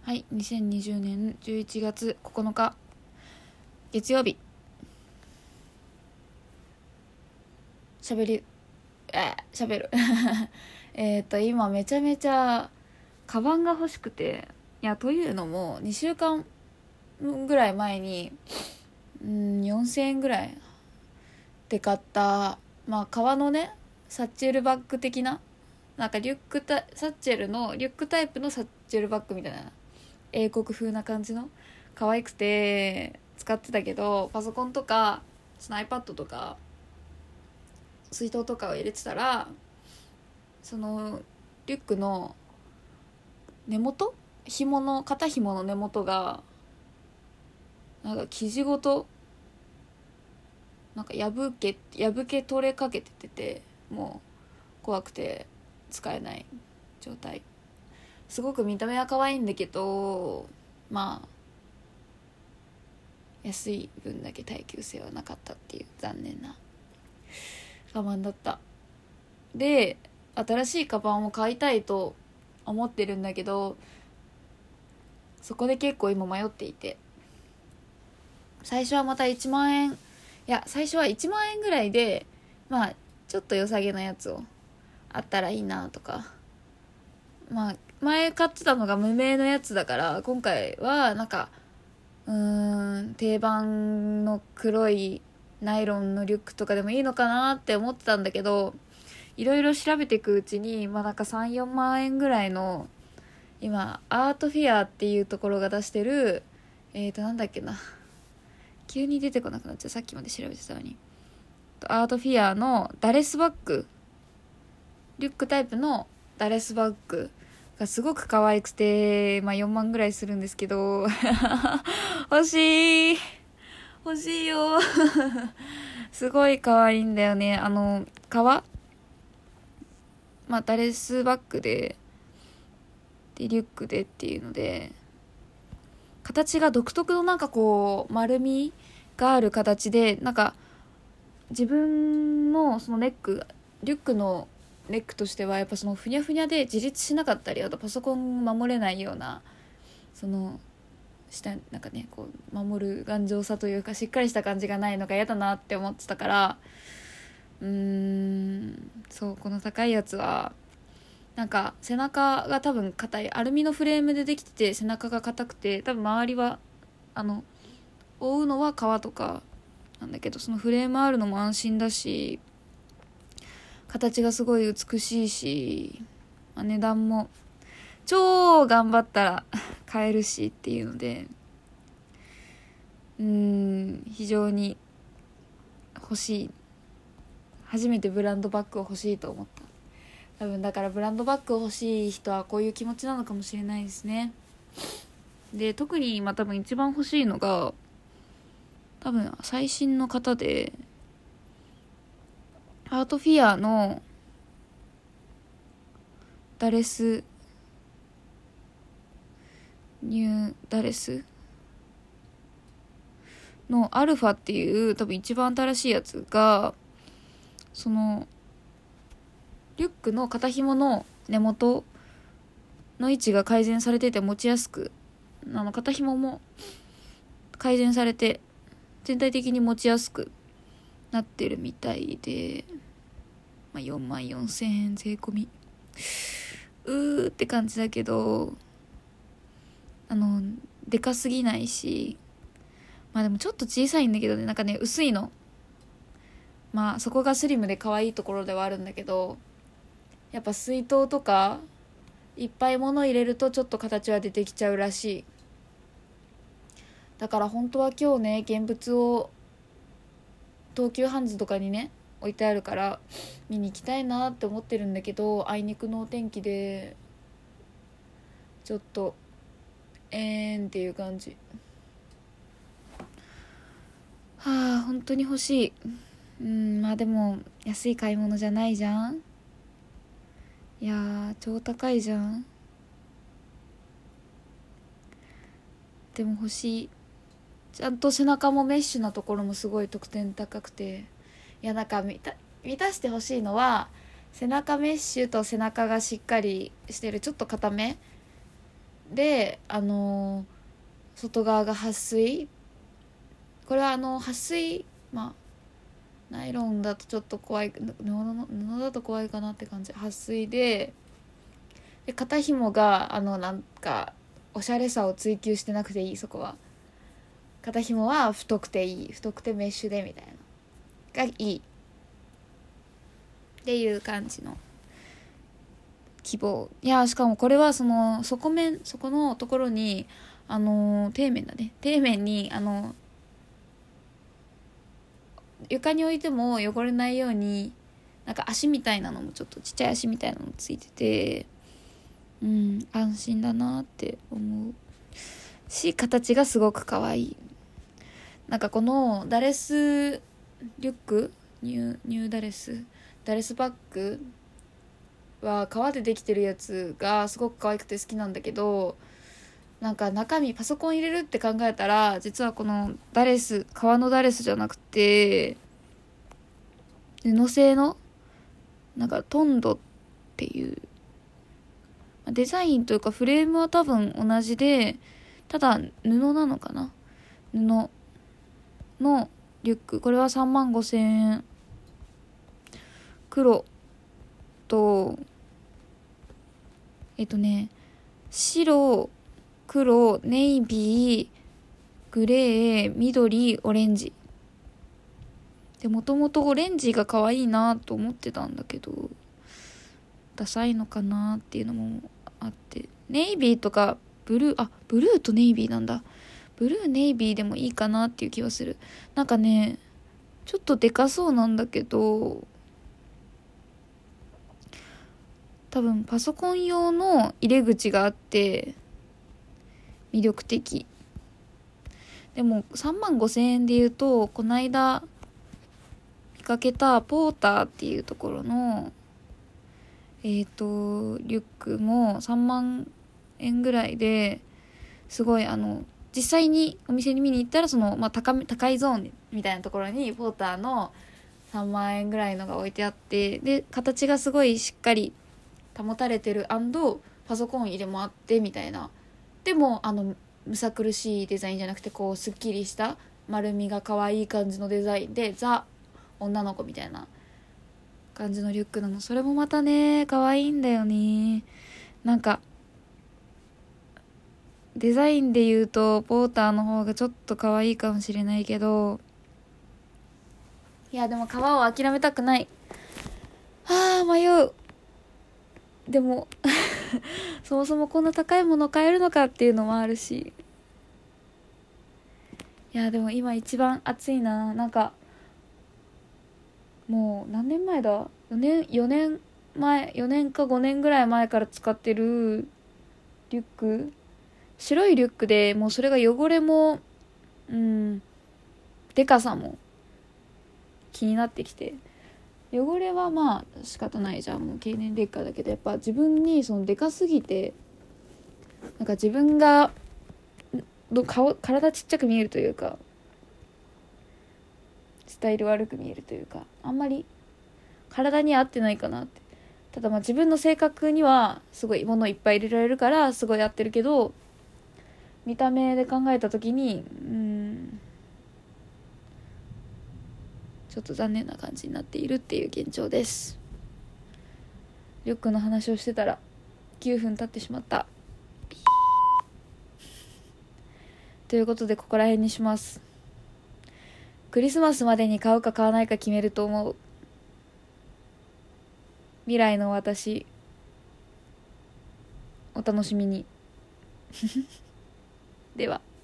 はい、2020年11月9日月曜日。喋る今めちゃめちゃカバンが欲しくて、というのも2週間ぐらい前に4000円ぐらいで買った革のね、サッチェルバッグ的な、サッチェルのリュックタイプのサッチェルバッグみたいな英国風な感じの可愛くて使ってたけど、パソコンとかその iPad とか水筒とかを入れてたら、そのリュックの根元肩紐の根元がなんか生地ごとなんか破け取れかけてもう怖くて使えない状態。すごく見た目は可愛いんだけど、安い分だけ耐久性はなかったっていう残念なカバンだった。で、新しいカバンを買いたいと思ってるんだけど、そこで結構今迷っていて、最初はまた1万円最初は1万円ぐらいでちょっと良さげなやつをあったらいいなとか、前買ってたのが無名のやつだから、今回は定番の黒いナイロンのリュックとかでもいいのかなって思ってたんだけど、いろいろ調べていくうちに3、4万円ぐらいの今アートフィアっていうところが出してるなんだっけな、急に出てこなくなっちゃう、さっきまで調べてたのに。アートフィアのダレスバッグ、リュックタイプのダレスバッグがすごく可愛くて、4万ぐらいするんですけど欲しいよすごい可愛いんだよね。ダレスバッグでリュックでっていうので、形が独特の丸みがある形で、自分のそのネック、リュックのネックとしてはやっぱそのふにゃふにゃで自立しなかったり、あとパソコン守れないような、その守る頑丈さというか、しっかりした感じがないのが嫌だなって思ってたから、この高いやつは背中が多分硬い、アルミのフレームでできてて背中が硬くて、多分周りは覆うのは革とかなんだけど、そのフレームあるのも安心だし、形がすごい美しいし、値段も超頑張ったら買えるしっていうので、非常に欲しい。初めてブランドバッグを欲しいと思った。多分だからブランドバッグ欲しい人はこういう気持ちなのかもしれないですね。で、特に多分一番欲しいのが、多分最新の方で、アートフィアのダレスのアルファっていう多分一番新しいやつが、そのリュックの肩紐の根元の位置が改善されてて持ちやすく、肩紐も改善されて全体的に持ちやすくなってるみたいで、44,000円税込みって感じだけど、でかすぎないし、でもちょっと小さいんだけどね、薄いの。そこがスリムで可愛いところではあるんだけど、やっぱ水筒とかいっぱい物入れるとちょっと形は出てきちゃうらしい。だから本当は今日ね、現物を東急ハンズとかにね置いてあるから見に行きたいなって思ってるんだけど、あいにくのお天気でちょっとっていう感じ。本当に欲しい。でも安い買い物じゃないじゃん。超高いじゃん。でも欲しい。ちゃんと背中もメッシュなところもすごい得点高くて、満たしてほしいのは、背中メッシュと背中がしっかりしてるちょっと硬めで外側が撥水、これは撥水、まあナイロンだとちょっと怖い、布だと怖いかなって感じ。撥水で肩紐がなんかおしゃれさを追求してなくていい。そこは肩紐は太くていい、太くてメッシュでみたいながいいっていう感じの希望。いや、しかもこれはそこのところに底面だね、底面に床に置いても汚れないようになんか足みたいなのも、ちょっとちっちゃい足みたいなのもついてて、安心だなって思うし、形がすごく可愛い。なんかこのダレスリュック、ニューダレスバッグは革でできてるやつがすごく可愛くて好きなんだけど、なんか中身パソコン入れるって考えたら、実はこの革のダレスじゃなくて布製のなんかトンドっていうデザインというか、フレームは多分同じで、ただ布なのかな、布のリュック。これは35,000円。黒と白、黒、ネイビー、グレー、緑、オレンジで、もともとオレンジが可愛いなと思ってたんだけど、ダサいのかなっていうのもあって、ネイビーとかブルーとネイビーなんだ。ブルーネイビーでもいいかなっていう気はする。なんかね、ちょっとでかそうなんだけど、多分パソコン用の入れ口があって魅力的。でも35,000円で言うと、こないだ見かけたポーターっていうところのリュックも3万円ぐらいで、すごい実際にお店に見に行ったら、高いゾーンみたいなところにポーターの3万円ぐらいのが置いてあって、で形がすごいしっかり保たれてる&パソコン入れもあってみたいな。でもむさ苦しいデザインじゃなくて、こうすっきりした丸みが可愛い感じのデザインで、ザ女の子みたいな感じのリュックなの。それもまたね可愛いんだよね。なんかデザインで言うとポーターの方がちょっと可愛いかもしれないけど、いやでも革を諦めたくない。迷う。でもそもそもこんな高いもの買えるのかっていうのもあるし、いやでも今一番熱いな。なんかもう何年前だ、4年前、4年か5年ぐらい前から使ってるリュック、白いリュックで、もうそれが汚れもでかさも気になってきて、汚れはまあ仕方ないじゃん、もう経年劣化だけど、やっぱ自分にそのでかすぎて、なんか自分が体ちっちゃく見えるというか、スタイル悪く見えるというか、あんまり体に合ってないかなって。ただ自分の性格にはすごい物いっぱい入れられるからすごい合ってるけど、見た目で考えた時にちょっと残念な感じになっているっていう現状です。リュックの話をしてたら9分経ってしまった。ということでここら辺にします。クリスマスまでに買うか買わないか決めると思う。未来の私、お楽しみにでは。